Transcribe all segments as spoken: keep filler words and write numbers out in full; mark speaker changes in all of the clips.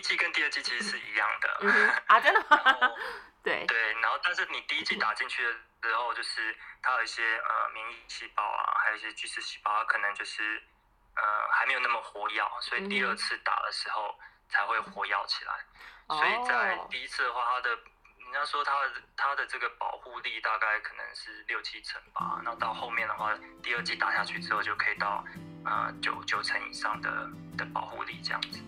Speaker 1: 一季跟第二季其实是一样的。
Speaker 2: 嗯啊，真的吗？对
Speaker 1: 对，然后但是你第一季打进去的时候，就是它有一些呃免疫细胞啊，还有一些巨噬细胞，可能就是呃还没有那么活跃，所以第二次打的时候才会活跃起来。
Speaker 2: 嗯、
Speaker 1: 所以在第一次的话，它的人家说它的它的这个保护力大概可能是六七成吧，那到后面的话，第二季打下去之后就可以到呃九九成以上的的保护力这样子。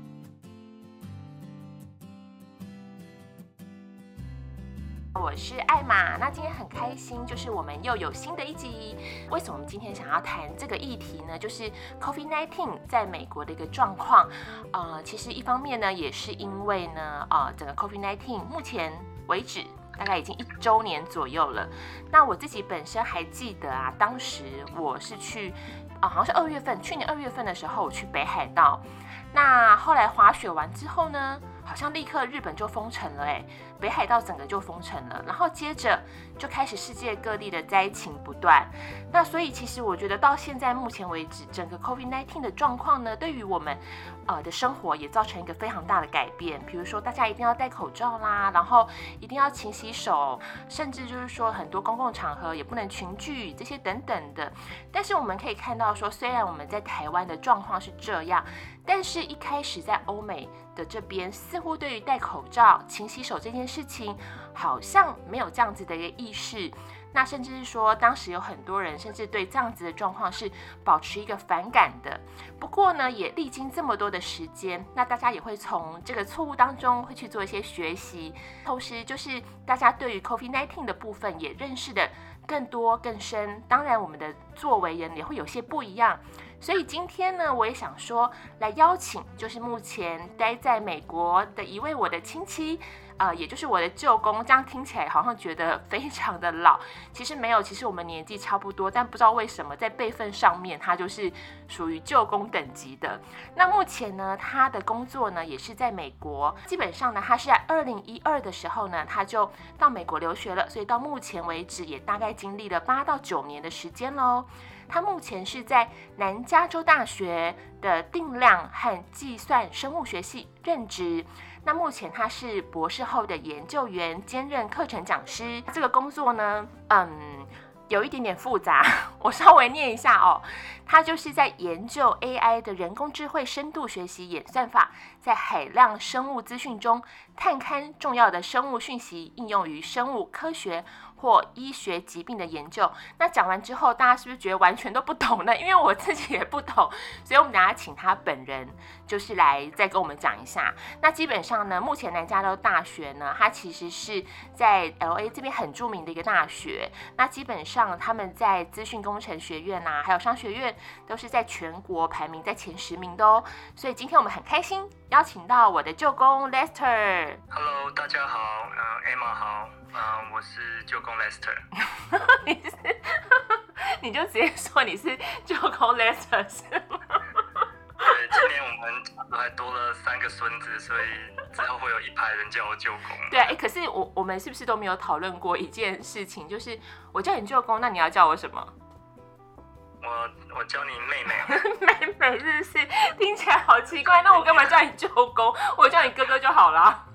Speaker 2: 我是艾玛，那今天很开心，就是我们又有新的一集。为什么我们今天想要谈这个议题呢？就是 COVID 十九 在美国的一个状况。呃，其实一方面呢，也是因为呢，呃，整个 COVID 十九 目前为止大概已经一周年左右了。那我自己本身还记得啊，当时我是去，啊、呃，好像是二月份，去年二月份的时候，我去北海道。那后来滑雪完之后呢，好像立刻日本就封城了，哎，北海道整个就封城了，然后接着就开始世界各地的灾情不断。那所以其实我觉得到现在目前为止，整个 COVID 十九 的状况呢，对于我们呃的生活也造成一个非常大的改变。比如说大家一定要戴口罩啦，然后一定要勤洗手，甚至就是说很多公共场合也不能群聚，这些等等的。但是我们可以看到说，虽然我们在台湾的状况是这样，但是一开始在欧美的这边，似乎对于戴口罩、勤洗手这件事情，好像没有这样子的一个意识。那甚至是说，当时有很多人甚至对这样子的状况是保持一个反感的。不过呢，也历经这么多的时间，那大家也会从这个错误当中会去做一些学习，同时就是大家对于 COVID 十九 的部分也认识的更多更深。当然，我们的作为人也会有些不一样。所以今天呢，我也想说来邀请，就是目前待在美国的一位我的亲戚，呃，也就是我的舅公。这样听起来好像觉得非常的老，其实没有，其实我们年纪差不多，但不知道为什么在辈分上面，他就是属于舅公等级的。那目前呢，他的工作呢也是在美国，基本上呢，他是在二零一二的时候呢，他就到美国留学了，所以到目前为止也大概经历了八到九年的时间喽。他目前是在南加州大学的定量和计算生物学系任职。那目前他是博士后的研究员，兼任课程讲师。这个工作呢，嗯，有一点点复杂，我稍微念一下哦。他就是在研究 A I 的人工智慧深度学习演算法，在海量生物资讯中探勘重要的生物讯息，应用于生物科学或医学疾病的研究。那讲完之后，大家是不是觉得完全都不懂呢？因为我自己也不懂，所以我们等一下请他本人就是来再跟我们讲一下。那基本上呢，目前南加州大学呢，它其实是在 L A 这边很著名的一个大学。那基本上他们在资讯工程学院啊，还有商学院都是在全国排名在前十名的哦。所以今天我们很开心邀请到我的舅公 Lester。Hello，
Speaker 1: 大家好，呃 ，Emma 好，呃，我是舅公 Lester。
Speaker 2: 你是，你就直接说你是舅公 Lester 是吗？
Speaker 1: 对，今年我们还多了三个孙子，所以之后会有一排人叫我舅公。
Speaker 2: 对，哎，可是我我们是不是都没有讨论过一件事情？就是我叫你舅公，那你要叫我什么？
Speaker 1: 我我叫你妹妹。
Speaker 2: 妹妹是不是听起来好奇怪？那我干嘛叫你舅公？我叫你哥哥就好了。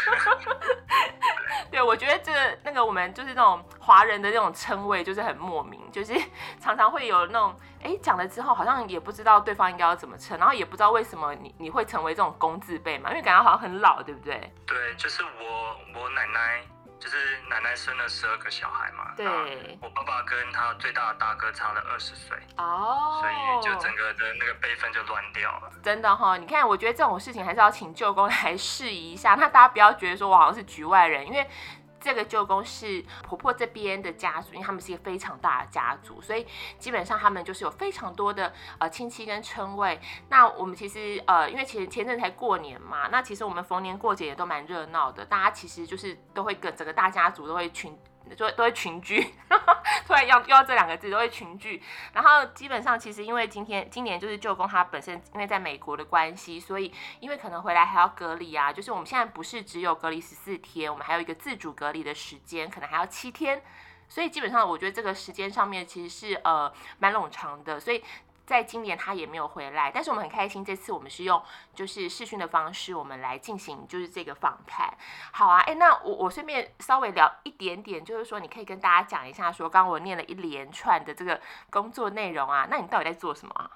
Speaker 2: 对，我觉得这个那个我们就是那种华人的那种称谓，就是很莫名，就是常常会有那种哎讲了之后，好像也不知道对方应该要怎么称，然后也不知道为什么你你会成为这种公字辈嘛，因为感觉好像很老，对不对？
Speaker 1: 对，就是我我奶奶。就是奶奶生了十二个小孩嘛，
Speaker 2: 对，
Speaker 1: 我爸爸跟他最大的大哥差了二十岁，
Speaker 2: 哦，
Speaker 1: 所以就整个的那个辈分就乱掉了。
Speaker 2: 真的哈、哦，你看，我觉得这种事情还是要请舅公来示意一下，那大家不要觉得说我好像是局外人，因为这个舅公是婆婆这边的家族，因为他们是一个非常大的家族，所以基本上他们就是有非常多的呃亲戚跟称谓。那我们其实呃，因为前前阵才过年嘛，那其实我们逢年过节也都蛮热闹的，大家其实就是都会跟整个大家族都会群。就都会群聚，突然要要这两个字都会群聚，然后基本上其实因为今天今年就是舅公他本身因为在美国的关系，所以因为可能回来还要隔离啊，就是我们现在不是只有隔离十四天，我们还有一个自主隔离的时间，可能还要七天，所以基本上我觉得这个时间上面其实是呃蛮冗长的，所以在今年他也没有回来，但是我们很开心，这次我们是用就是视讯的方式，我们来进行就是这个访谈。好啊，哎，那我我顺便稍微聊一点点，就是说你可以跟大家讲一下说，刚刚我念了一连串的这个工作内容啊，那你到底在做什么啊？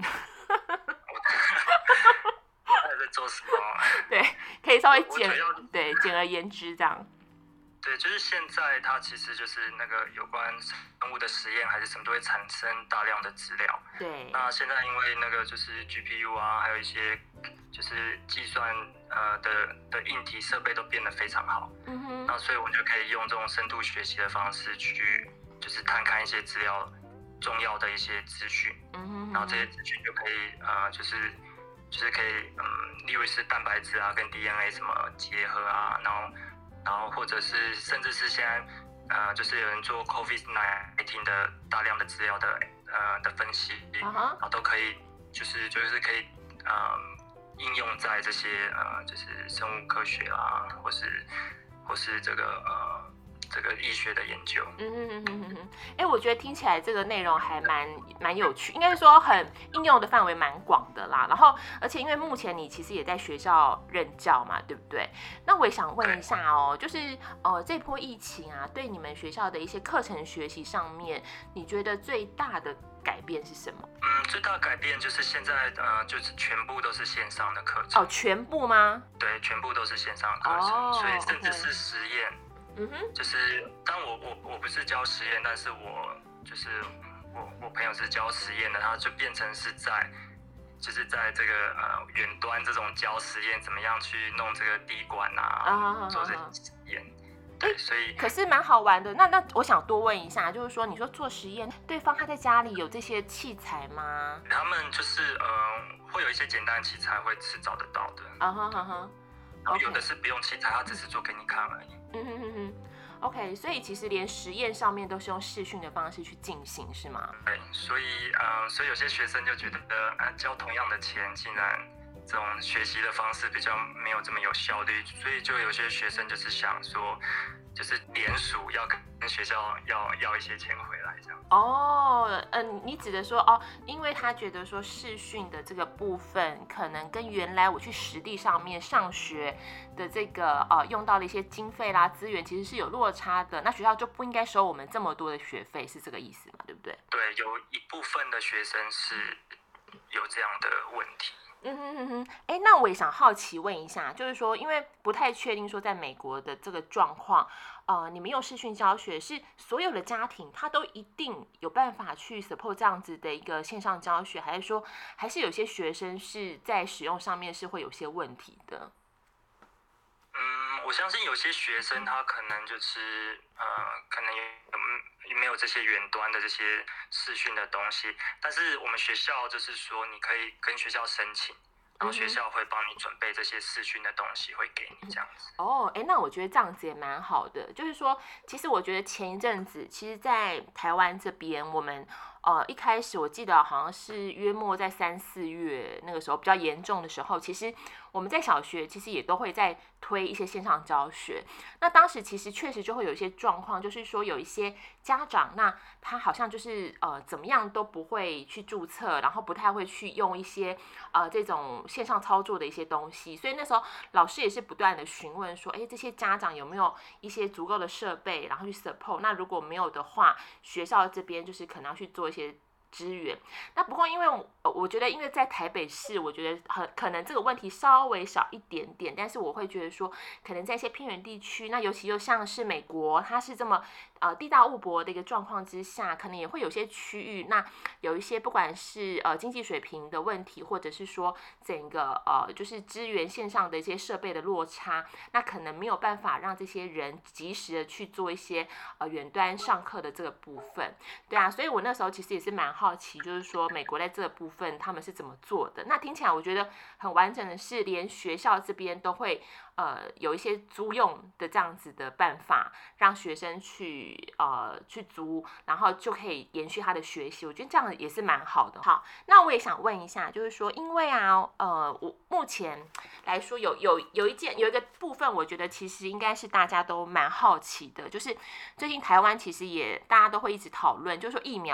Speaker 1: 在做什么？
Speaker 2: 对，可以稍微简对简而言之这样。
Speaker 1: 对，就是现在它其实就是那个有关生物的实验还是什么都会产生大量的资料。
Speaker 2: 对。
Speaker 1: 那现在因为那个就是 G P U 啊，还有一些就是计算呃的的硬体设备都变得非常好。嗯哼。那所以我们就可以用这种深度学习的方式去就是探看一些资料重要的一些资讯。嗯哼。然后这些资讯就可以呃就是就是可以嗯，例如是蛋白质啊跟 D N A 什么结合啊，然后。然后或者是甚至是现在，呃，就是有人做 COVID 十九 的大量的资料的呃的分析， uh-huh. 然后都可以就是就是可以呃应用在这些呃就是生物科学啊，或是或是这个呃这个医学的研究。嗯
Speaker 2: 嗯嗯嗯嗯。哎，我觉得听起来这个内容还蛮蛮有趣，应该说很应用的范围蛮广的啦。然后，而且因为目前你其实也在学校任教嘛，对不对？那我也想问一下哦，就是呃这波疫情啊，对你们学校的一些课程学习上面，你觉得最大的改变是什么？
Speaker 1: 嗯，最大的改变就是现在呃就是全部都是线上的课程。
Speaker 2: 哦，全部吗？
Speaker 1: 对，全部都是线上的课程，哦、所以甚至是实验。嗯哼，就是当我我我不是教实验，但是我就是我我朋友是教实验的，他就变成是在就是在这个呃远端这种教实验，怎么样去弄这个滴管啊，做这些实验。对，所以
Speaker 2: 可是蛮好玩的。那那我想多问一下，就是说你说做实验，对方他在家里有这些器材吗？
Speaker 1: 他们就是呃会有一些简单的器材会是找得到的。啊哈哈哈。然后有的是不用器材，他只是做给你看而已。嗯哼哼哼
Speaker 2: ，OK， 所以其实连实验上面都是用视讯的方式去进行，是吗？
Speaker 1: 对，所以呃，所以有些学生就觉得，呃，交同样的钱，竟然这种学习的方式比较没有这么有效率，所以就有些学生就是想说，就是联署要跟学校要要一些钱回来这样。
Speaker 2: 哦，嗯、呃，你指的说哦，因为他觉得说视讯的这个部分，可能跟原来我去实地上面上学的这个呃用到的一些经费啦资源，其实是有落差的。那学校就不应该收我们这么多的学费，是这个意思嘛？对不对？
Speaker 1: 对，有一部分的学生是有这样的问题。
Speaker 2: 嗯哼哼哼，哎，那我也想好奇问一下，就是说，因为不太确定说在美国的这个状况，呃，你们用视讯教学，是所有的家庭他都一定有办法去 support 这样子的一个线上教学，还是说，还是有些学生是在使用上面是会有些问题的？
Speaker 1: 嗯，我相信有些学生他可能就是呃，可能也也没有这些远端的这些视讯的东西，但是我们学校就是说，你可以跟学校申请，然后学校会帮你准备这些视讯的东西，会给你这样子。
Speaker 2: 哦，哎，那我觉得这样子也蛮好的，就是说，其实我觉得前一阵子，其实，在台湾这边，我们。呃，一开始我记得好像是约莫在三四月那个时候比较严重的时候，其实我们在小学其实也都会在推一些线上教学。那当时其实确实就会有一些状况，就是说有一些家长，那他好像就是呃怎么样都不会去注册，然后不太会去用一些呃这种线上操作的一些东西。所以那时候老师也是不断的询问说，哎，这些家长有没有一些足够的设备，然后去 support。那如果没有的话，学校这边就是可能要去做一些支援。那不过因为我我觉得因为在台北市，我觉得很可能这个问题稍微少一点点，但是我会觉得说可能在一些偏远地区，那尤其又像是美国，它是这么呃地大物博的一个状况之下，可能也会有些区域，那有一些不管是呃经济水平的问题，或者是说整个呃就是资源线上的一些设备的落差，那可能没有办法让这些人及时的去做一些呃远端上课的这个部分。对啊，所以我那时候其实也是蛮好奇，就是说美国在这个部分他们是怎么做的。那听起来我觉得很完整的是，连学校这边都会呃有一些租用的这样子的办法，让学生去呃去租，然后就可以延续他的学习。我觉得这样也是蛮好的。好，那我也想问一下，就是说，因为啊呃我目前来说有有有一件有一个部分，我觉得其实应该是大家都蛮好奇的，就是最近台湾其实也大家都会一直讨论，就是说疫苗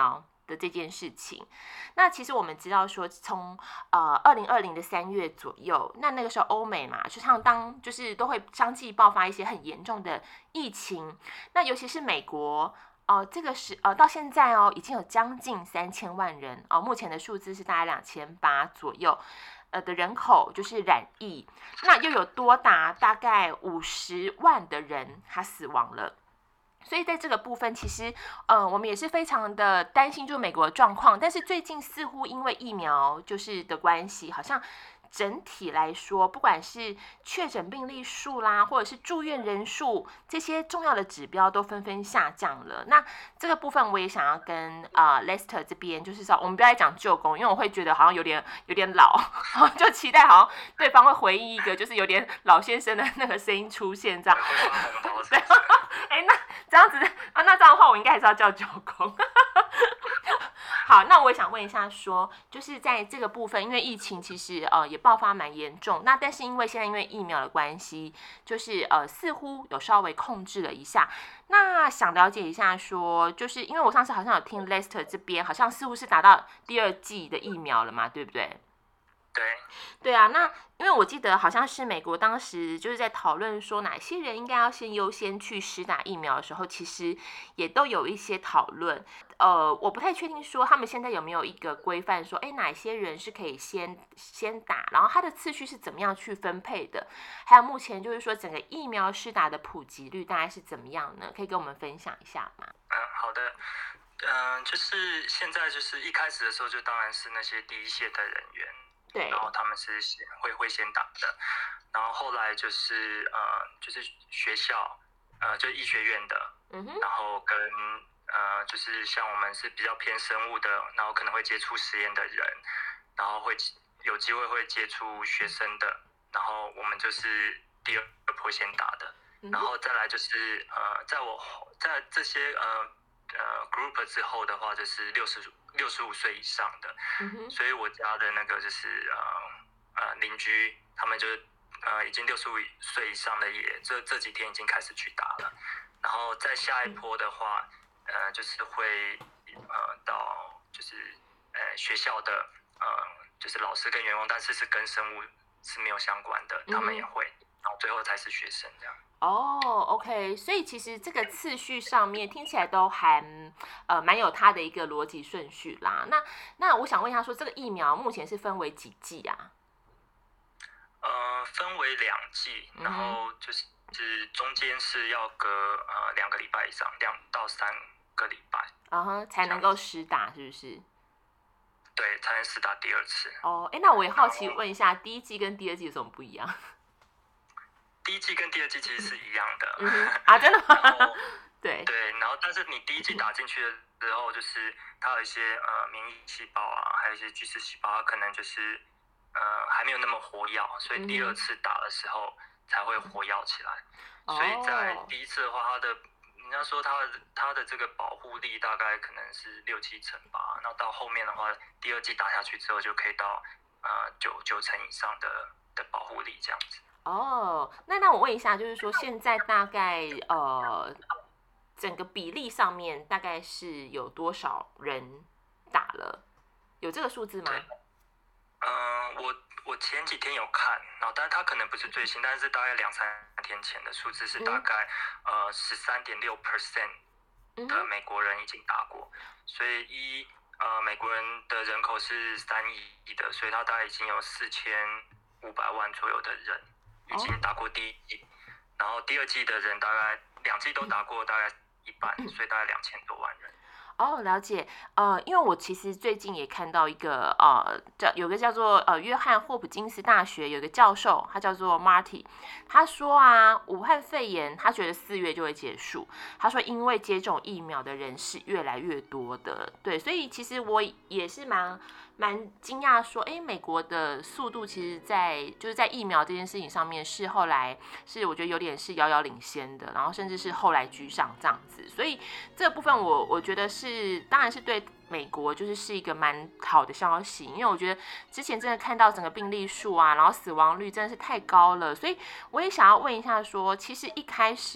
Speaker 2: 的这件事情。那其实我们知道说从呃二零二零的三月左右，那那个时候欧美嘛，就像当就是都会相继爆发一些很严重的疫情，那尤其是美国。哦，这个是呃，到现在哦，已经有将近三千万人哦，目前的数字是大概两千八左右，呃的人口就是染疫，那又有多达大概五十万的人他死亡了。所以在这个部分，其实，呃，我们也是非常的担心，就是美国的状况。但是最近似乎因为疫苗就是的关系，好像整体来说，不管是确诊病例数啦，或者是住院人数这些重要的指标都纷纷下降了。那这个部分我也想要跟啊、呃、Lester 这边，就是说我们不要再讲舅公，因为我会觉得好像有点有点老，就期待好像对方会回忆一个就是有点老先生的那个声音出现这样。对，哎，那这样子啊，那这样的话我应该还是要叫舅公。好，那我也想问一下说，就是在这个部分，因为疫情其实呃也爆发蛮严重，那但是因为现在因为疫苗的关系，就是呃似乎有稍微控制了一下。那想了解一下说，就是因为我上次好像有听 Lester 这边好像似乎是打到第二剂的疫苗了嘛，对不对？
Speaker 1: 对，
Speaker 2: 对啊，那因为我记得好像是美国当时就是在讨论说哪些人应该要先优先去施打疫苗的时候，其实也都有一些讨论。呃，我不太确定说他们现在有没有一个规范说，哎，哪些人是可以先先打，然后它的次序是怎么样去分配的？还有目前就是说整个疫苗施打的普及率大概是怎么样呢？可以跟我们分享一下吗？
Speaker 1: 嗯，好的。嗯、呃，就是现在就是一开始的时候，就当然是那些第一线的人员。
Speaker 2: 对，
Speaker 1: 然后他们是先会会先打的，然后后来就是呃就是学校呃就医学院的，
Speaker 2: 嗯哼，
Speaker 1: 然后跟呃就是像我们是比较偏生物的，然后可能会接触实验的人，然后会有机会会接触学生的，然后我们就是第二波先打的，然后再来就是呃在我在这些呃呃 group 之后的话，就是六十六十五岁以上的，
Speaker 2: 嗯、
Speaker 1: 所以我家的那个就是呃呃邻居，他们就是呃已经六十五岁以上的也这这几天已经开始去打了，然后再下一波的话，呃就是会呃到就是呃学校的呃就是老师跟员工，但是是跟生物是没有相关的，他们也会，然后最后才是学生这样。
Speaker 2: 哦、oh, ，OK， 所以其实这个次序上面听起来都还呃蛮有它的一个逻辑顺序啦。那那我想问一下说，这个疫苗目前是分为几剂啊？
Speaker 1: 呃，分为两剂，然后就是是中间是要隔呃两个礼拜以上，两到三个礼拜，
Speaker 2: 啊哈，才能够施打，是不是？
Speaker 1: 对，才能施打第二次。
Speaker 2: 哦，哎，那我也好奇问一下，第一剂跟第二剂有什么不一样？
Speaker 1: 第一剂跟第二剂其实是一样的。
Speaker 2: 嗯、啊，真的吗？对
Speaker 1: 对，然后但是你第一剂打进去的时候，就是它有一些呃免疫细胞啊，还有一些巨噬细胞，可能就是呃还没有那么活跃，所以第二次打的时候才会活跃起来。
Speaker 2: 嗯、
Speaker 1: 所以在第一次的话，它的人家说它的它的这个保护力大概可能是六七成吧，那到后面的话，第二剂打下去之后就可以到呃九九成以上的的保护力这样子。
Speaker 2: 哦，那那我问一下，就是说现在大概呃整个比例上面大概是有多少人打了？有这个数字吗？
Speaker 1: 嗯、呃，我我前几天有看，然后但是它可能不是最新，但是大概两三天前的数字是大概、嗯、呃十三点六 percent 的美国人已经打过，所以一呃美国人的人口是三亿的，所以他大概已经有四千五百万左右的人已经打过第一剂，然后第二剂的人大概两剂都打过，大概一半，所以大概两千多万人。
Speaker 2: 哦，了解。呃，因为我其实最近也看到一个呃，叫有个叫做呃约翰霍普金斯大学有个教授，他叫做 Marty， 他说啊，武汉肺炎他觉得四月就会结束。他说，因为接种疫苗的人是越来越多的，对，所以其实我也是蛮蛮惊讶说，哎，美国的速度其实在就是在疫苗这件事情上面是后来是我觉得有点是遥遥领先的，然后甚至是后来居上这样子，所以这个部分我我觉得是。是，当然是对美国就是是一个蛮好的消息，因为我觉得之前真的看到整个病例数啊，然后死亡率真的是太高了，所以我也想要问一下说，其实一开始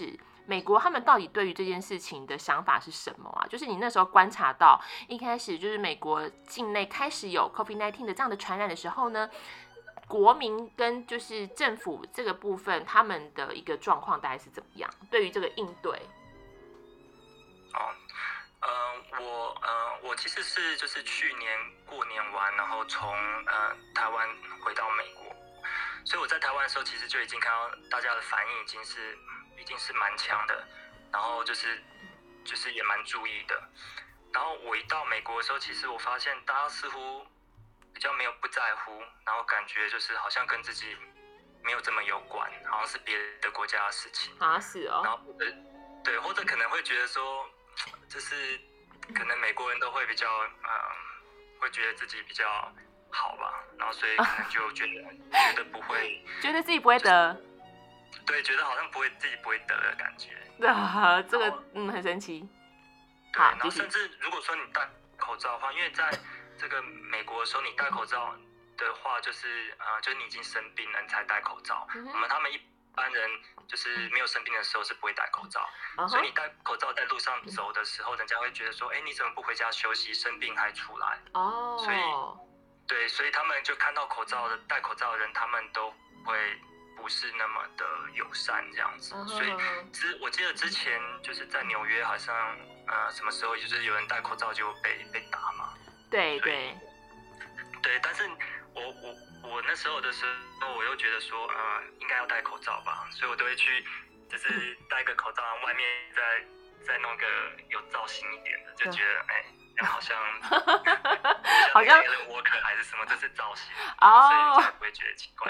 Speaker 2: 美国他们到底对于这件事情的想法是什么啊？就是你那时候观察到一开始就是美国境内开始有 COVID 十九 的这样的传染的时候呢，国民跟就是政府这个部分他们的一个状况大概是怎么样？对于这个应对？
Speaker 1: 哦，呃，我呃我其实是就是去年过年完，然后从呃台湾回到美国，所以我在台湾的时候其实就已经看到大家的反应已经是已经是蛮强的，然后就是就是也蛮注意的。然后我一到美国的时候，其实我发现大家似乎比较没有不在乎，然后感觉就是好像跟自己没有这么有关，好像是别的国家的事情
Speaker 2: 啊，是哦。
Speaker 1: 然后对，或者可能会觉得说，就是可能美国人都会比较，嗯，会觉得自己比较好吧，然后所以可能就觉得觉得不会，
Speaker 2: 觉得自己不会得，
Speaker 1: 就是、对，觉得好像不会自己不会得的感觉。
Speaker 2: 啊，这个嗯很神奇。
Speaker 1: 对，然后甚至如果说你戴口罩的话，因为在这个美国的时候，你戴口罩的话，就是呃，就是你已经生病了，你才戴口罩。嗯、我们他们一般人就是没有生病的时候是不会戴口罩， uh-huh. 所以你戴口罩在路上走的时候，人家会觉得说，哎，你怎么不回家休息？生病还出来？哦、oh. 所以对，所以他们就看到口罩的戴口罩的人，他们都会不是那么的友善这样子。Uh-huh. 所以之我记得之前就是在纽约，好像呃什么时候就是有人戴口罩就被被打嘛。
Speaker 2: 对对
Speaker 1: 对，但是我我。我那时候的时候，我又觉得说，呃，应该要戴口罩吧，所以我都会去，就是戴个口罩，外面再再弄个有造型一点的，就觉得，哎，好像好像 worker 还是什么，这是造型，哦，所以才不会觉得奇怪。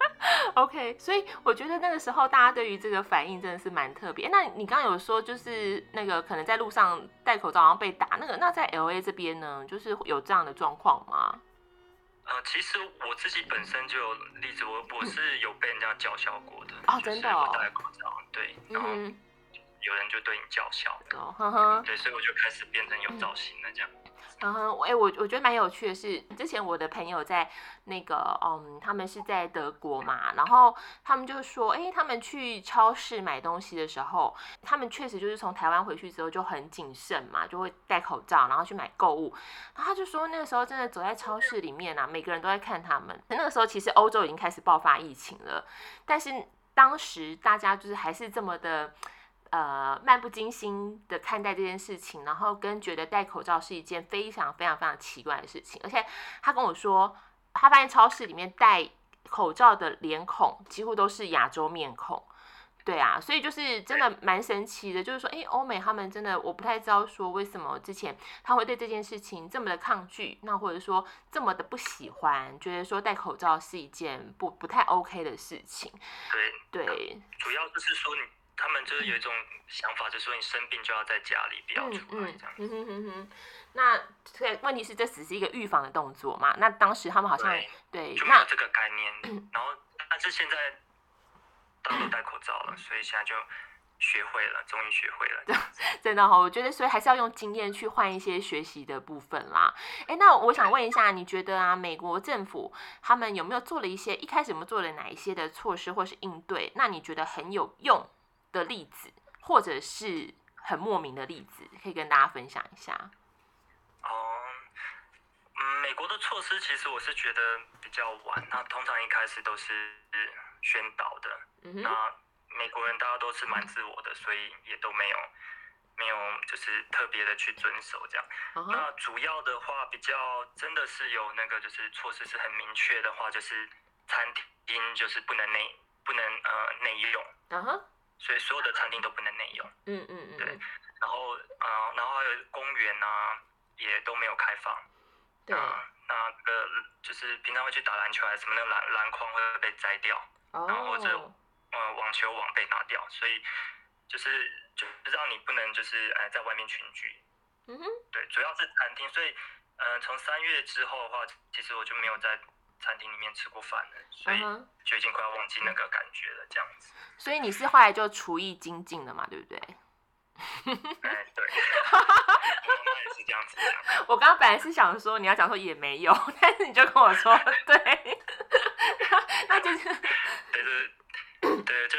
Speaker 2: OK， 所以我觉得那个时候大家对于这个反应真的是蛮特别。那你刚刚有说，就是那个可能在路上戴口罩然后被打，那个那在 L A 这边呢，就是有这样的状况吗？
Speaker 1: 呃，其实我自己本身就有例子，我我是有被人家叫嚣过的。
Speaker 2: 哦，真的哦。
Speaker 1: 我戴口罩，对，然后有人就对你叫嚣。
Speaker 2: 哦，呵呵。
Speaker 1: 对，所以我就开始变成有造型了这样。
Speaker 2: 嗯哼，哎，我我觉得蛮有趣的是，之前我的朋友在那个，嗯，他们是在德国嘛，然后他们就说，哎，他们去超市买东西的时候，他们确实就是从台湾回去之后就很谨慎嘛，就会戴口罩，然后去买购物。然后他就说，那个时候真的走在超市里面啊，每个人都在看他们。那个时候其实欧洲已经开始爆发疫情了，但是当时大家就是还是这么的。呃，漫不经心的看待这件事情，然后跟觉得戴口罩是一件非常非常非常奇怪的事情，而且他跟我说，他发现超市里面戴口罩的脸孔几乎都是亚洲面孔，对啊，所以就是真的蛮神奇的，就是说，哎，欧美他们真的我不太知道说为什么之前他会对这件事情这么的抗拒，那或者说这么的不喜欢，觉得说戴口罩是一件不不太 OK 的事情，
Speaker 1: 对
Speaker 2: 对，
Speaker 1: 主要就是说你。他们就是有一种想法，就是说你生病就要在家里，不要出来这样子。嗯哼哼哼。
Speaker 2: 那问题是，这只是一个预防的动作嘛？那当时他们好像
Speaker 1: 对,
Speaker 2: 对
Speaker 1: 就没有这个概念，然后但是现在大家都戴口罩了，所以现在就学会了，终于学会了。
Speaker 2: 真的哈、哦，我觉得所以还是要用经验去换一些学习的部分啦。哎，那我想问一下，你觉得啊，美国政府他们有没有做了一些一开始有没有做了哪一些的措施或是应对？那你觉得很有用的例子，或者是很莫名的例子，可以跟大家分享一下。
Speaker 1: 哦，嗯，美国的措施其实我是觉得比较晚，那通常一开始都是宣导的。嗯、那美国人大家都是蛮自我的，所以也都没有没有就是特别的去遵守这样。Uh-huh. 那主要的话比较真的是有那个就是措施是很明确的话，就是餐厅就是不能内不能呃内用。嗯哼。Uh-huh.所以所有的餐厅都不能内用，嗯嗯嗯，对，然后呃，然后还有公园啊，也都没有开放，对，呃、那个就是平常会去打篮球还是什么，那个篮篮筐会被摘掉，哦、然后或者呃网球网被拿掉，所以就是就让你不能就是呃在外面群聚，嗯哼，对，主要是餐厅，所以呃从三月之后的话，其实我就没有在餐厅里面吃过饭了，所以就已经快要忘记那个感觉了，这样子。
Speaker 2: 所以你是后来就厨艺精进了嘛，对不对？
Speaker 1: 哎，对，我妈妈也是这样子讲。
Speaker 2: 我刚刚本来是想说你要讲说也没有，但是你就跟我说对，那就是
Speaker 1: 对对对，就是过年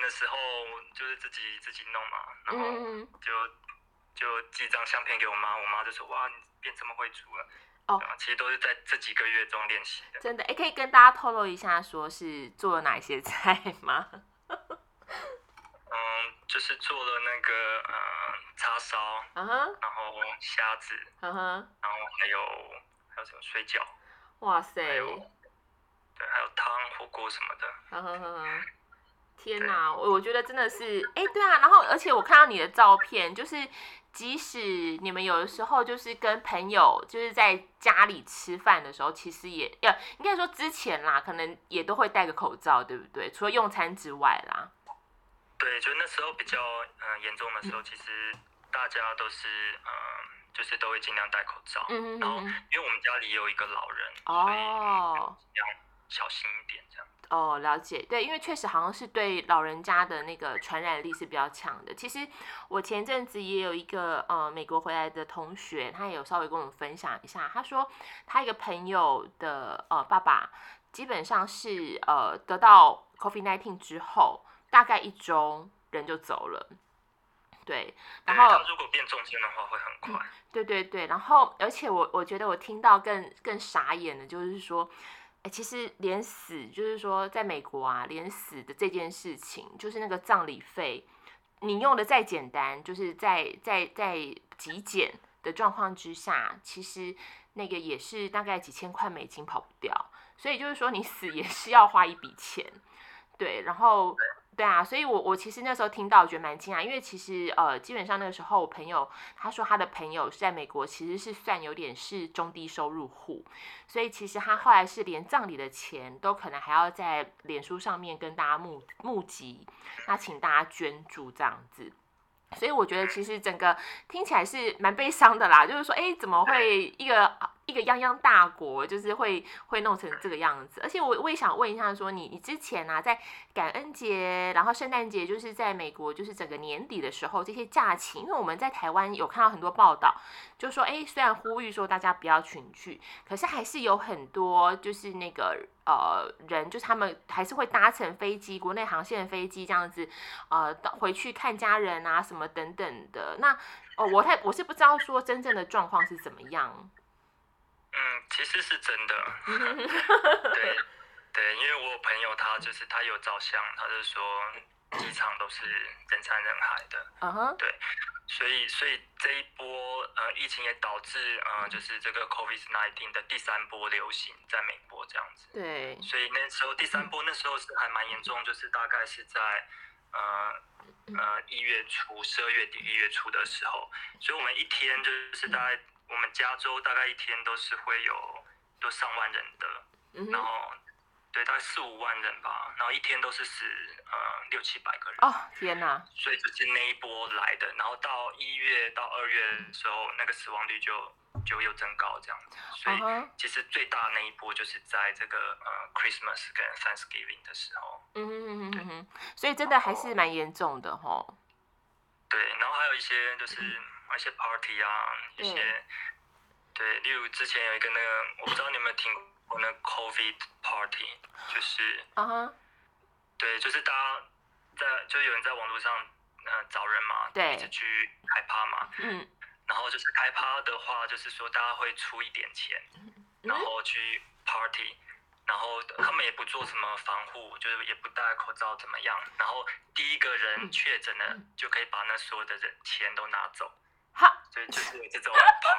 Speaker 1: 的时候就是自己自己弄嘛，然后就、嗯、就寄张相片给我妈，我妈就说哇你变这么会煮了。哦，其实都是在这几个月中练习的。
Speaker 2: 真的，哎，可以跟大家透露一下，说是做了哪些菜吗？
Speaker 1: 嗯，就是做了那个呃叉烧，嗯、uh-huh. 然后虾子，嗯哼，然后还有还有什么水饺，
Speaker 2: 哇塞，
Speaker 1: 还有对，还有汤、火锅什么的，
Speaker 2: 嗯哼哼哼。天哪，我觉得真的是，哎，对啊，然后而且我看到你的照片，就是即使你们有的时候就是跟朋友就是在家里吃饭的时候，其实也要应该说之前啦，可能也都会戴个口罩，对不对？除了用餐之外啦。
Speaker 1: 对，就那时候比较呃严重的时候，其实大家都是嗯、呃，就是都会尽量戴口罩。嗯嗯嗯。然后因为我们家里也有一个老人，哦、所以尽量小心一点这样。
Speaker 2: 哦，了解，对，因为确实好像是对老人家的那个传染力是比较强的。其实我前阵子也有一个呃美国回来的同学，他也有稍微跟我们分享一下，他说他一个朋友的呃爸爸基本上是呃得到 COVID 十九 之后，大概一周人就走了。对，然后
Speaker 1: 他如果变重症的话会很快。
Speaker 2: 嗯、对对对，然后而且我我觉得我听到更更傻眼的就是说。哎，其实连死，就是说，在美国啊，连死的这件事情，就是那个葬礼费，你用的再简单，就是在在在极简的状况之下，其实那个也是大概几千块美金跑不掉，所以就是说你死也是要花一笔钱，对，然后。对啊，所以我我其实那时候听到，我觉得蛮惊讶，因为其实呃，基本上那个时候我朋友他说他的朋友是在美国，其实是算有点是中低收入户，所以其实他后来是连葬礼的钱都可能还要在脸书上面跟大家募募集，那请大家捐助这样子。所以我觉得其实整个听起来是蛮悲伤的啦，就是说，哎，怎么会一个一个泱泱大国，就是会会弄成这个样子？而且我我也想问一下说，你你之前啊，在感恩节，然后圣诞节，就是在美国，就是整个年底的时候，这些假期，因为我们在台湾有看到很多报道，就说，哎，虽然呼吁说大家不要群聚，可是还是有很多就是那个呃人，就是他们还是会搭乘飞机，国内航线的飞机这样子，呃，回去看家人啊什么等等的。那哦，我太我是不知道说真正的状况是怎么样。
Speaker 1: 嗯，其实是真的。对对，因为我有朋友他就是他有照相，他就说机场都是人山人海的。嗯哼。对，所以所以这一波呃疫情也导致呃就是这个 COVID 十九 的第三波流行在美国这样子。
Speaker 2: 对。
Speaker 1: 所以那时候第三波那时候是还蛮严重，就是大概是在呃呃一月初、十二月底、一月初的时候，所以我们一天就是大概。我们加州大概一天都是会有都上万人的，嗯、然后对大概四五万人吧，然后一天都是死呃六七百个人。
Speaker 2: 哦天哪！
Speaker 1: 所以就是那一波来的，然后到一月到二月的时候，那个死亡率就就又增高这样子。所以其实最大那一波就是在这个呃 Christmas 跟 Thanksgiving 的时候。
Speaker 2: 嗯哼哼哼，所以真的还是蛮严重的吼。
Speaker 1: 对，然后还有一些就是。一些 party 啊，一些对，例如之前有一个那个，我不知道你有没有听过那个 COVID party， 就是啊哈， uh-huh. 对，就是大家在就有人在网络上呃找人嘛，对，一直去开趴嘛，嗯，然后就是开趴的话，就是说大家会出一点钱，然后去 party。然后他们也不做什么防护，就是也不戴口罩怎么样，然后第一个人确诊了，就可以把那所有的人钱都拿走。哈，所以就是有这种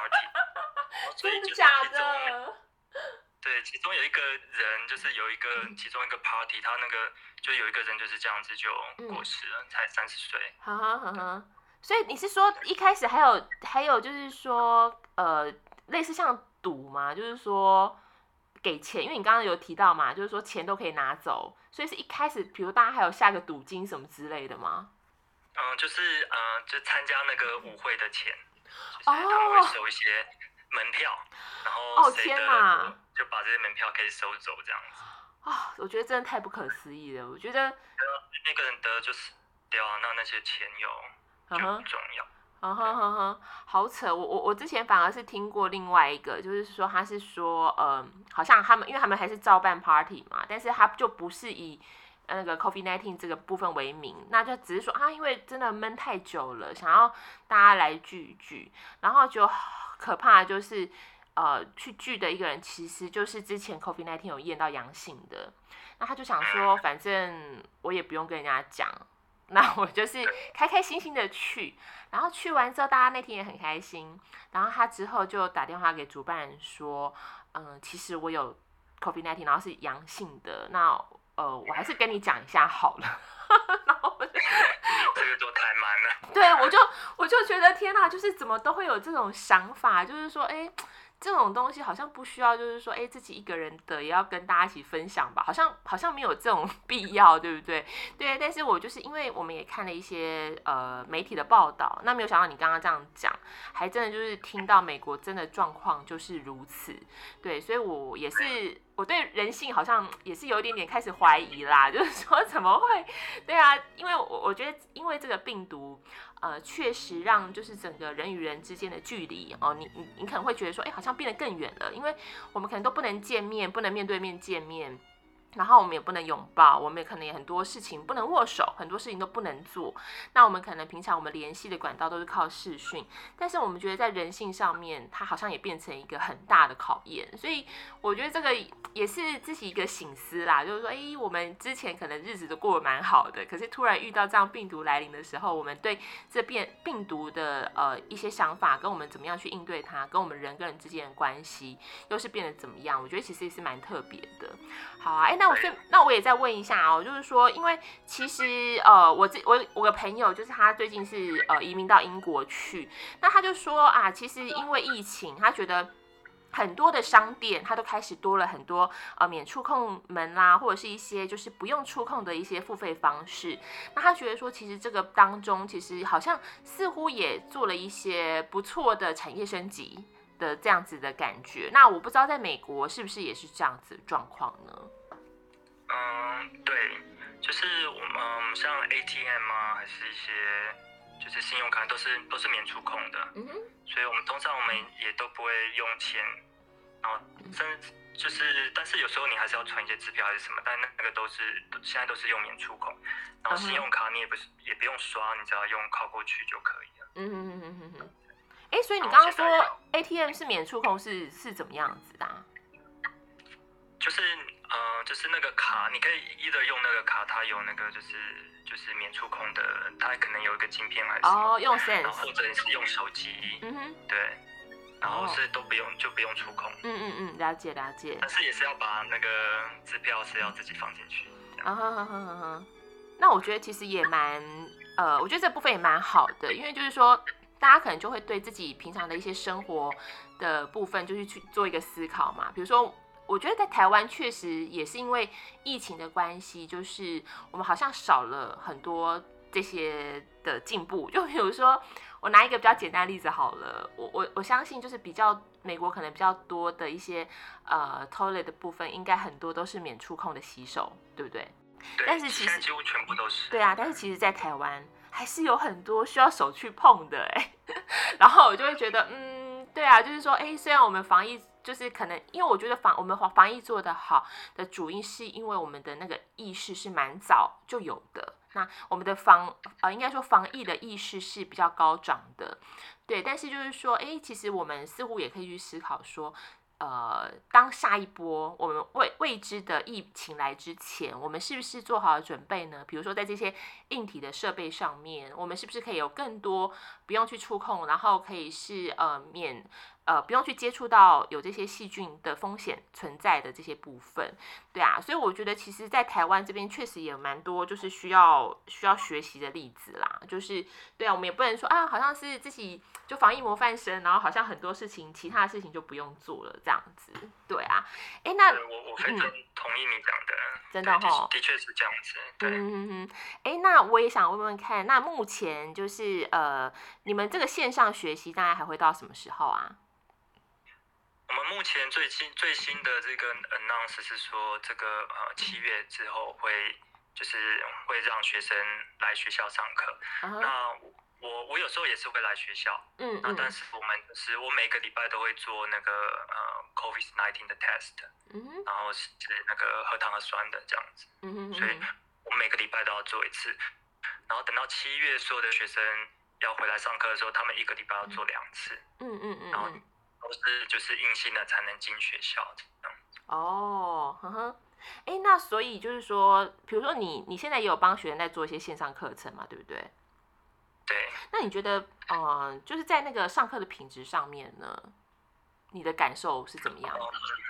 Speaker 1: party， 所以就是其中，对，其中有一个人就是有一个其中一个 party， 他那个就有一个人就是这样子就过世了，嗯、才三十岁。
Speaker 2: 哈哈哈哈。所以你是说一开始还有还有就是说呃类似像赌嘛，就是说。给钱，因为你刚刚有提到嘛，就是说钱都可以拿走，所以是一开始，比如大家还有下个赌金什么之类的吗？
Speaker 1: 嗯，就是呃，就参加那个舞会的钱，就是他们会收一些门票，哦、然后谁的就把这些门票可以收走这样子。
Speaker 2: 啊、哦，我觉得真的太不可思议了，我觉得
Speaker 1: 那个人得就是掉啊，那那些钱有就不重要。
Speaker 2: 嗯哼哼哼，好扯！我我我之前反而是听过另外一个，就是说他是说，嗯、呃，好像他们因为他们还是照办 party 嘛，但是他就不是以那个 COVID 十九 这个部分为名，那就只是说啊，因为真的闷太久了，想要大家来聚一聚，然后就可怕的就是，呃，去聚的一个人其实就是之前 COVID 十九 有验到阳性的，那他就想说，反正我也不用跟人家讲，那我就是开开心心的去，然后去完之后，大家那天也很开心，然后他之后就打电话给主办人说，嗯，其实我有 COVID 十九，然后是阳性的，那呃，我还是跟你讲一下好了。然后我就
Speaker 1: 这个都太慢了。
Speaker 2: 对，我就我就觉得天哪，就是怎么都会有这种想法，就是说，哎，这种东西好像不需要，就是说，哎，自己一个人的也要跟大家一起分享吧，好像好像没有这种必要，对不对？对，但是我就是因为我们也看了一些呃媒体的报道，那没有想到你刚刚这样讲，还真的就是听到美国真的状况就是如此，对，所以我也是。我对人性好像也是有一点点开始怀疑啦，就是说怎么会？对啊，因为我我觉得因为这个病毒，呃，确实让就是整个人与人之间的距离哦，你你你可能会觉得说，哎，好像变得更远了，因为我们可能都不能见面，不能面对面见面。然后我们也不能拥抱，我们也可能也很多事情不能握手，很多事情都不能做。那我们可能平常我们联系的管道都是靠视讯，但是我们觉得在人性上面，它好像也变成一个很大的考验。所以我觉得这个也是自己一个省思啦，就是说，哎，我们之前可能日子都过得蛮好的，可是突然遇到这样病毒来临的时候，我们对这变病毒的呃一些想法，跟我们怎么样去应对它，跟我们人跟人之间的关系，又是变得怎么样？我觉得其实也是蛮特别的。好啊，哎，那我那我也再问一下哦，就是说，因为其实呃，我这我我的朋友就是他最近是呃移民到英国去，那他就说啊，其实因为疫情，他觉得很多的商店他都开始多了很多呃免触控门啦，或者是一些就是不用触控的一些付费方式。那他觉得说，其实这个当中其实好像似乎也做了一些不错的产业升级的这样子的感觉。那我不知道在美国是不是也是这样子的状况呢？
Speaker 1: 嗯，对，就是我们像 A T M 啊，还是一些就是信用卡都是都是免触控的，嗯哼，所以我们通常我们也都不会用钱，然后甚至就是，但是有时候你还是要存一些支票还是什么，但那个都是现在都是用免触控，然后信用卡你也不是也不用刷，你只要用靠过去就可以了。嗯哼哼哼哼。
Speaker 2: 哎，所以你刚刚说 A T M 是免触控是是怎么样子的啊？
Speaker 1: 就是呃，就是那个卡，你可以一的用那个卡，它有那个就是就是免触控的，它可能有一个晶片还是什么，
Speaker 2: 哦，用 Sense，
Speaker 1: 然后或者你是用手机，嗯哼，对，然后是都不用、哦、就不用触控，
Speaker 2: 嗯嗯嗯，了解了解。
Speaker 1: 但是也是要把那个支票是要自己放进去。
Speaker 2: 啊哈哈哈哈。那我觉得其实也蛮呃，我觉得这部分也蛮好的，因为就是说大家可能就会对自己平常的一些生活的部分，就是去做一个思考嘛，比如说。我觉得在台湾确实也是因为疫情的关系，就是我们好像少了很多这些的进步。就比如说，我拿一个比较简单的例子好了，我我我相信就是比较美国可能比较多的一些呃 toilet 的部分，应该很多都是免触控的洗手，对不对？
Speaker 1: 对。但是其实几乎全部都是。
Speaker 2: 对啊，但是其实在台湾还是有很多需要手去碰的哎，然后我就会觉得，嗯，对啊，就是说，哎，虽然我们防疫。就是可能，因为我觉得防我们防疫做得好的主因，是因为我们的那个意识是蛮早就有的。那我们的防呃，应该说防疫的意识是比较高涨的，对。但是就是说，哎，其实我们似乎也可以去思考说，呃，当下一波我们未未知的疫情来之前，我们是不是做好了准备呢？比如说在这些硬体的设备上面，我们是不是可以有更多不用去触控，然后可以是呃免。呃，不用去接触到有这些细菌的风险存在的这些部分，对啊，所以我觉得其实，在台湾这边确实也蛮多，就是需要需要学习的例子啦。就是对啊，我们也不能说啊，好像是自己就防疫模范生，然后好像很多事情，其他的事情就不用做了这样子。对啊，哎，那
Speaker 1: 我我非常同意你讲的，嗯、
Speaker 2: 真的哈，
Speaker 1: 的确是这样子。对，
Speaker 2: 嗯嗯嗯，哎，那我也想问问看，那目前就是呃，你们这个线上学习大概还会到什么时候啊？
Speaker 1: 我们目前最新最新的这个 announce 是说，这个呃七月之后会就是会让学生来学校上课。Uh-huh. 那我我有时候也是会来学校，嗯，那但是我们是我每个礼拜都会做那个呃 COVID 十九 的 test，嗯，然后是那个核糖核酸的这样子，嗯，所以拜都要做一次，然后等到七月所有的学生要回来上课的时候，他们一个礼拜要做两次，
Speaker 2: 嗯嗯嗯，
Speaker 1: 然后都是就是阴性的才能进学校这样。
Speaker 2: 哦，呵呵，哎，那所以就是说，比如说你你现在也有帮学生在做一些线上课程嘛，对不对？
Speaker 1: 对。
Speaker 2: 那你觉得，呃，就是在那个上课的品质上面呢，你的感受是怎么样的？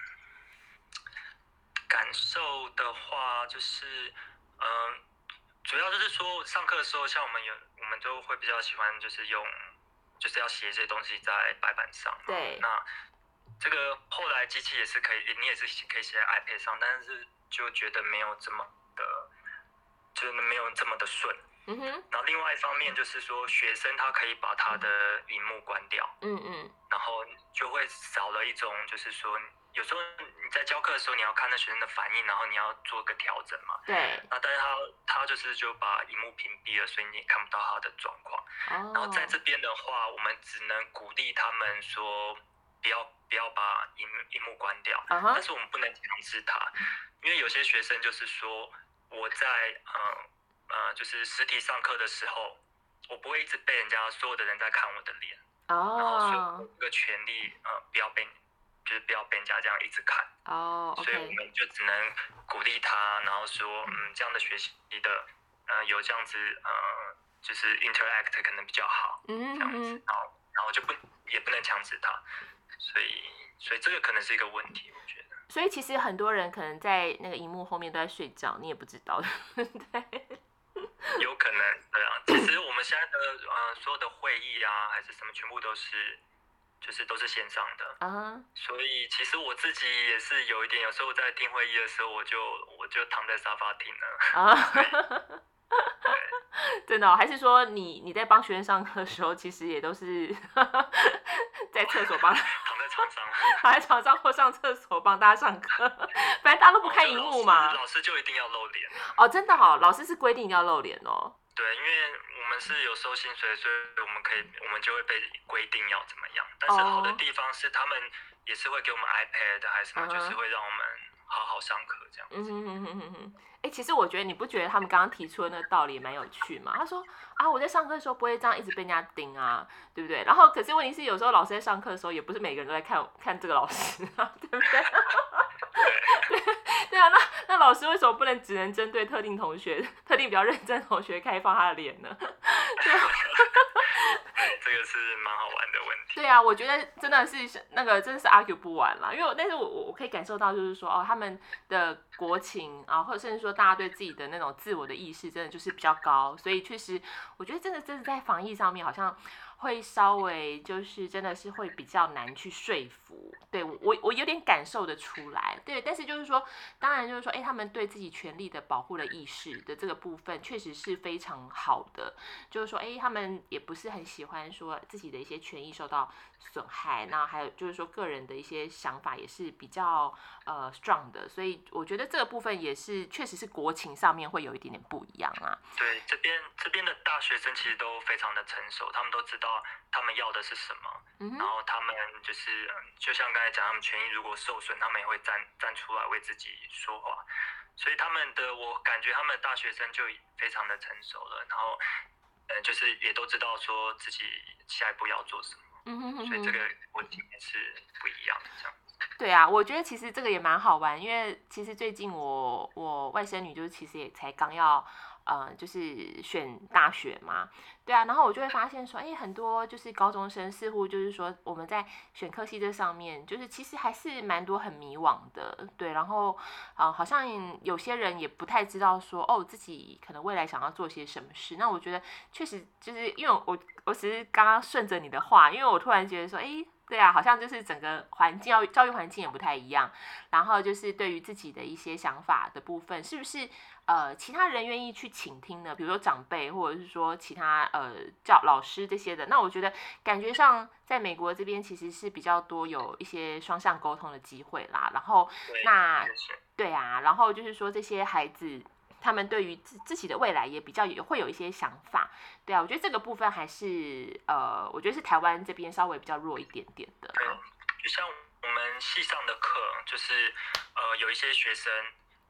Speaker 1: 感受的话，就是，嗯、呃，主要就是说上课的时候，像我们有我们就会比较喜欢就是用，就是要写这些东西在白板上。
Speaker 2: 对。
Speaker 1: 那这个后来机器也是可以，你也是可以写在 iPad 上，但是就觉得没有这么的，就是没有这么的顺。
Speaker 2: 嗯哼。
Speaker 1: 然后另外一方面就是说，学生他可以把他的荧幕关掉。
Speaker 2: 嗯嗯。
Speaker 1: 然后就会少了一种，就是说，有时候你在教课的时候，你要看那学生的反应，然后你要做个调整嘛。
Speaker 2: 对。
Speaker 1: 那但是他他就是就把荧幕屏蔽了，所以你也看不到他的状况。
Speaker 2: 哦。
Speaker 1: 然后在这边的话，我们只能鼓励他们说，不要不要把荧荧幕关掉。
Speaker 2: Uh-huh.
Speaker 1: 但是我们不能强制他，因为有些学生就是说，我在呃呃就是实体上课的时候，我不会一直被人家所有的人在看我的脸。
Speaker 2: 哦，
Speaker 1: 然后所以有这个权利，呃，不要被，就是不要被人家这样一直看。
Speaker 2: 哦、oh, okay.
Speaker 1: 所以我们就只能鼓励他，然后说，嗯，这样的学习的，呃，有这样子，呃，就是 interact 可能比较好，
Speaker 2: 嗯，
Speaker 1: 这样子，然后然后就不也不能强制他，所以所以这个可能是一个问题，我觉得。
Speaker 2: 所以其实很多人可能在那个荧幕后面都在睡觉，你也不知道，对。
Speaker 1: 有可能，对啊。其实我们现在的呃所有的会议啊，还是什么，全部都是，就是都是线上的。
Speaker 2: Uh-huh.
Speaker 1: 所以其实我自己也是有一点，有时候在听会议的时候，我就我就躺在沙发听了。
Speaker 2: Uh-huh. 真的、哦，还是说你你在帮学生上课的时候，其实也都是在厕所帮
Speaker 1: 躺在床上，
Speaker 2: 躺在床上或上厕所帮大家上课，反正大家都不看荧幕嘛。
Speaker 1: 哦、老, 师老师就一定要露脸。
Speaker 2: 哦，真的哦，老师是规定要露脸哦。
Speaker 1: 对，因为我们是有收薪水，所以我们可以，我们就会被规定要怎么样。但是好的地方是，他们也是会给我们 iPad 还是什么， uh-huh. 就是会让我们好好上课这样子。
Speaker 2: 嗯哼哼哼哼。哎、欸，其实我觉得你不觉得他们刚刚提出的那个道理蛮有趣吗？他说啊，我在上课的时候不会这样一直被人家盯啊，对不对？然后可是问题是，有时候老师在上课的时候，也不是每个人都在看看这个老师啊，对不对？对对啊，那那老师为什么不能只能针对特定同学、特定比较认真的同学开放他的脸呢？对啊。
Speaker 1: 这个是蛮好玩的问题。
Speaker 2: 对啊，我觉得真的是那个真的是 argue 不完啦，因为但是我我可以感受到就是说哦，他们的国情啊，或者甚至说大家对自己的那种自我的意识，真的就是比较高，所以确实我觉得真的真的在防疫上面好像会稍微就是真的是会比较难去说服，对我我有点感受得出来，对，但是就是说，当然就是说，哎，他们对自己权利的保护的意识的这个部分，确实是非常好的，就是说，哎，他们也不是很喜欢说自己的一些权益受到损害，那还有就是说个人的一些想法也是比较呃 strong 的，所以我觉得这个部分也是确实是国情上面会有一点点不一样啊。
Speaker 1: 对，这边这边的大学生其实都非常的成熟，他们都知道他们要的是什么，
Speaker 2: 嗯、
Speaker 1: 然后他们就是就像刚才讲，他们权益如果受损，他们也会站站出来为自己说话，所以他们的我感觉他们的大学生就非常的成熟了，然后呃就是也都知道说自己下一步要做什么，
Speaker 2: 嗯哼哼哼，
Speaker 1: 所以这个我体验是不一样的这样。
Speaker 2: 对啊，我觉得其实这个也蛮好玩，因为其实最近我我外甥女就是其实也才刚要呃就是选大学嘛，对啊，然后我就会发现说，哎，很多就是高中生似乎就是说我们在选科系这上面，就是其实还是蛮多很迷惘的，对，然后呃好像有些人也不太知道说哦自己可能未来想要做些什么事，那我觉得确实就是因为我我只是刚刚顺着你的话，因为我突然觉得说，哎。对啊，好像就是整个环境教育教育环境也不太一样，然后就是对于自己的一些想法的部分，是不是呃其他人愿意去倾听呢？比如说长辈，或者是说其他呃教老师这些的。那我觉得感觉上在美国这边其实是比较多有一些双向沟通的机会啦。然后那对啊，然后就是说这些孩子。他们对于自自己的未来也比较有会有一些想法，对啊，我觉得这个部分还是呃，我觉得是台湾这边稍微比较弱一点点的。
Speaker 1: 对，就像我们系上的课，就是呃有一些学生，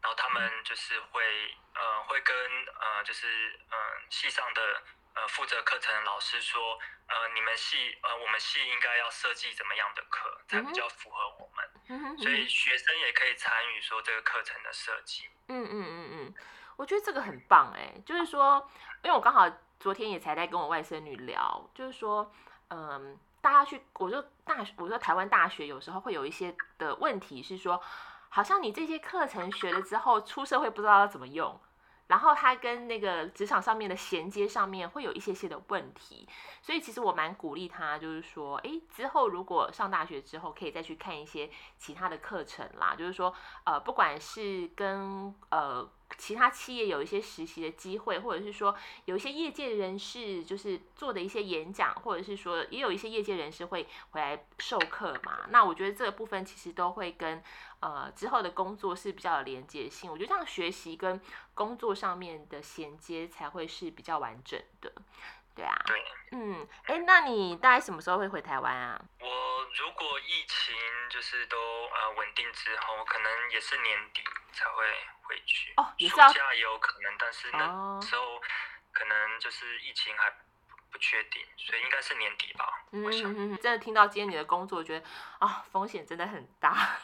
Speaker 1: 然后他们就是会呃会跟呃就是嗯、呃、系上的呃负责课程的老师说，呃你们系呃我们系应该要设计怎么样的课才比较符合我们，
Speaker 2: 嗯、
Speaker 1: 所以学生也可以参与说这个课程的设计。
Speaker 2: 嗯嗯嗯嗯，我觉得这个很棒哎，就是说，因为我刚好昨天也才在跟我外甥女聊，就是说，嗯，大家去，我说大学，我说台湾大学有时候会有一些的问题是说，好像你这些课程学了之后，出社会不知道要怎么用。然后它跟那个职场上面的衔接上面会有一些些的问题，所以其实我蛮鼓励他，就是说，哎，之后如果上大学之后，可以再去看一些其他的课程啦，就是说，呃，不管是跟呃其他企业有一些实习的机会，或者是说有一些业界人士就是做的一些演讲，或者是说也有一些业界人士会回来授课嘛，那我觉得这个部分其实都会跟呃之后的工作是比较有连结性，我觉得这样学习跟工作上面的衔接才会是比较完整的，对啊，
Speaker 1: 对，
Speaker 2: 嗯，哎，那你大概什么时候会回台湾啊？
Speaker 1: 我如果疫情就是都呃稳定之后，可能也是年底才会回去。
Speaker 2: 哦，也是要
Speaker 1: 暑假也有可能，但是那时候可能就是疫情还不确定，所以应该是年底吧。我想，
Speaker 2: 嗯嗯，真的听到今天你的工作，觉得啊、哦、风险真的很大。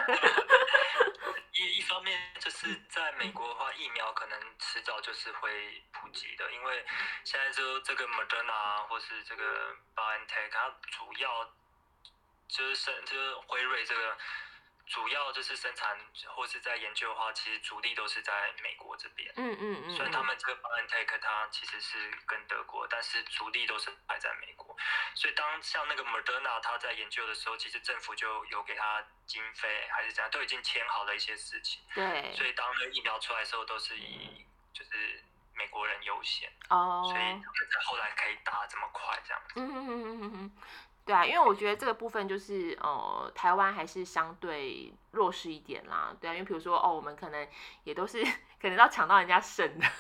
Speaker 1: 一一方面就是在美国的话，疫苗可能迟早就是会普及的，因为现在就这个 Moderna 或是这个 BioNTech， 它主要就是生就是辉瑞这个主要就是生产或是在研究的话，其实主力都是在美国这边。
Speaker 2: 嗯嗯嗯。
Speaker 1: 虽然他们这个 BioNTech 它其实是跟德国，但是主力都是摆在美国。所以当像那个 Moderna 它在研究的时候，其实政府就有给他经费还是怎样，都已经签好了一些事情。
Speaker 2: 对。
Speaker 1: 所以当那个疫苗出来的时候，都是以就是美国人优先。
Speaker 2: 哦。
Speaker 1: 所以他们在后来可以打这么快这样子。
Speaker 2: 嗯嗯嗯嗯嗯。对啊，因为我觉得这个部分就是呃，台湾还是相对弱势一点啦。对啊，因为比如说哦，我们可能也都是可能要抢到人家肾的。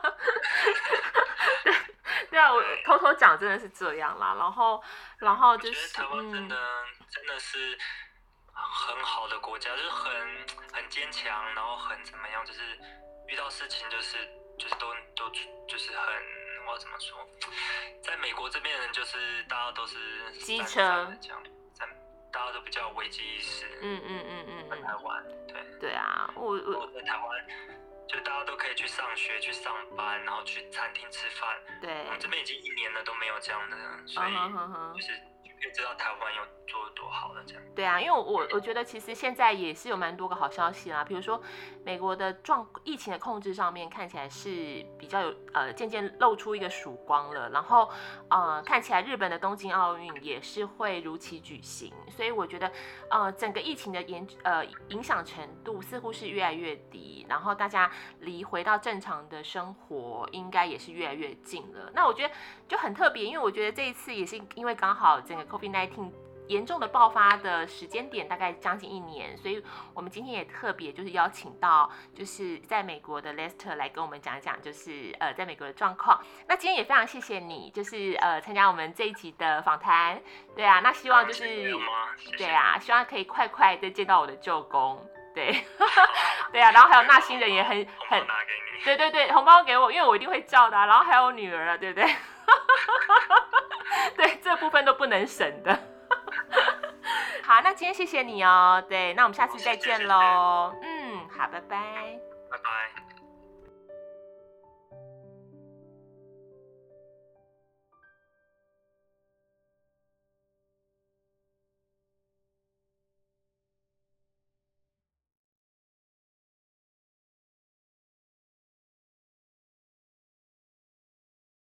Speaker 2: 对对啊，我偷偷讲真的是这样啦。然后然后就是，
Speaker 1: 我觉得台湾真的、嗯、真的是很好的国家，就是很很坚强，然后很怎么样，就是遇到事情就是就是都都就是很。我要怎么说？在美国这边的人就是大家都是
Speaker 2: 机车，
Speaker 1: 这样，大家都比较危机意识。
Speaker 2: 嗯嗯嗯嗯嗯。
Speaker 1: 台湾，对。
Speaker 2: 对啊，我我
Speaker 1: 在台湾，就大家都可以去上学、去上班，然后去餐厅吃饭。
Speaker 2: 对。
Speaker 1: 我们这边已经一年了都没有这样的，所以就是可以知道台湾有做得多好了这样。
Speaker 2: 对啊，因为我我觉得其实现在也是有蛮多个好消息啦，比如说美国的状疫情的控制上面看起来是比较有呃渐渐露出一个曙光了，然后呃看起来日本的东京奥运也是会如期举行，所以我觉得呃整个疫情的严呃影响程度似乎是越来越低，然后大家离回到正常的生活应该也是越来越近了。那我觉得就很特别，因为我觉得这一次也是因为刚好整个 COVID 十九严重的爆发的时间点大概将近一年，所以我们今天也特别就是邀请到就是在美国的 Lester 来跟我们讲讲就是呃在美国的状况。那今天也非常谢谢你，就是呃参加我们这一集的访谈。对啊，那希望就是对啊，希望可以快快的见到我的舅公。对，对啊，然后还有那新人也很很
Speaker 1: 拿给你，
Speaker 2: 对对对，红包给我，因为我一定会叫的、啊。然后还有我女儿啊，对不对？对，这部分都不能省的。好，那今天谢谢你哦。对，那我们下次再见喽。嗯，好，拜拜。
Speaker 1: 拜拜。